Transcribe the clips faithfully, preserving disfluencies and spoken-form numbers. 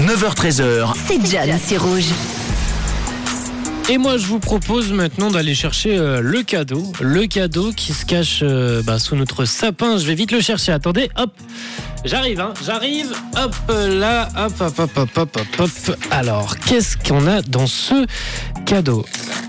neuf heures treize, C'est Jam, c'est Rouge. Et moi, je vous propose maintenant d'aller chercher euh, le cadeau. Le cadeau qui se cache euh, bah, sous notre sapin. Je vais vite le chercher. Attendez, hop. J'arrive, hein. J'arrive. Hop là. Hop, hop, hop, hop, hop, hop, hop. Alors, qu'est-ce qu'on a dans ce cadeau ?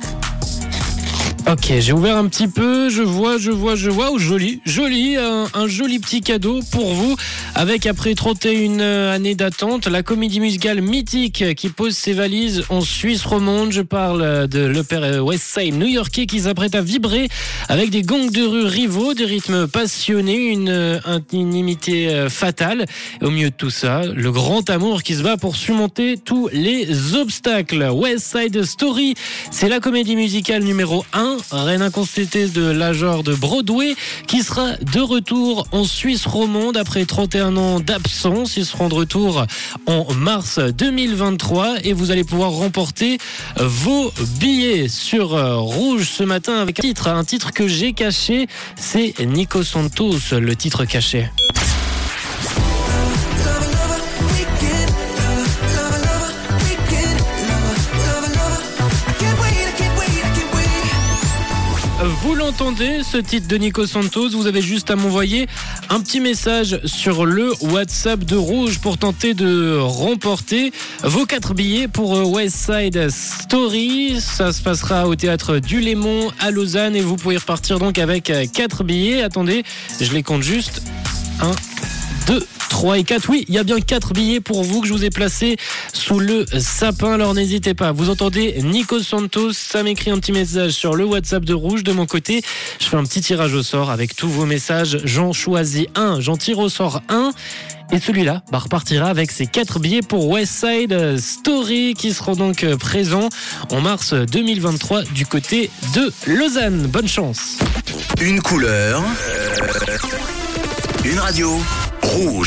Ok, j'ai ouvert un petit peu, je vois, je vois, je vois, oh, joli, joli, un, un joli petit cadeau pour vous, avec après trente et une années d'attente, la comédie musicale mythique qui pose ses valises en Suisse romande. Je parle de l'opéra West Side new-yorkais qui s'apprête à vibrer avec des gangs de rue rivaux, des rythmes passionnés, une intimité fatale. Et au milieu de tout ça, le grand amour qui se bat pour surmonter tous les obstacles. West Side Story, c'est la comédie musicale numéro un, reine incontestée de la genre de Broadway, qui sera de retour en Suisse romande après trente et un ans d'absence. Ils seront de retour en mars deux mille vingt-trois et vous allez pouvoir remporter vos billets sur Rouge ce matin avec un titre, un titre que j'ai caché, c'est Nico Santos, le titre caché. Vous l'entendez, ce titre de Nico Santos, vous avez juste à m'envoyer un petit message sur le WhatsApp de Rouge pour tenter de remporter vos quatre billets pour West Side Story. Ça se passera au théâtre du Léman à Lausanne et vous pouvez repartir donc avec quatre billets. Attendez, je les compte juste. un, deux, trois et quatre. Oui, il y a bien quatre billets pour vous que je vous ai placés sous le sapin. Alors n'hésitez pas. Vous entendez Nico Santos, ça m'écrit un petit message sur le WhatsApp de Rouge. De mon côté, je fais un petit tirage au sort avec tous vos messages. J'en choisis un, j'en tire au sort un. Et celui-là bah, repartira avec ses quatre billets pour West Side Story qui seront donc présents en mars deux mille vingt-trois du côté de Lausanne. Bonne chance. une couleur, une radio, Rouge.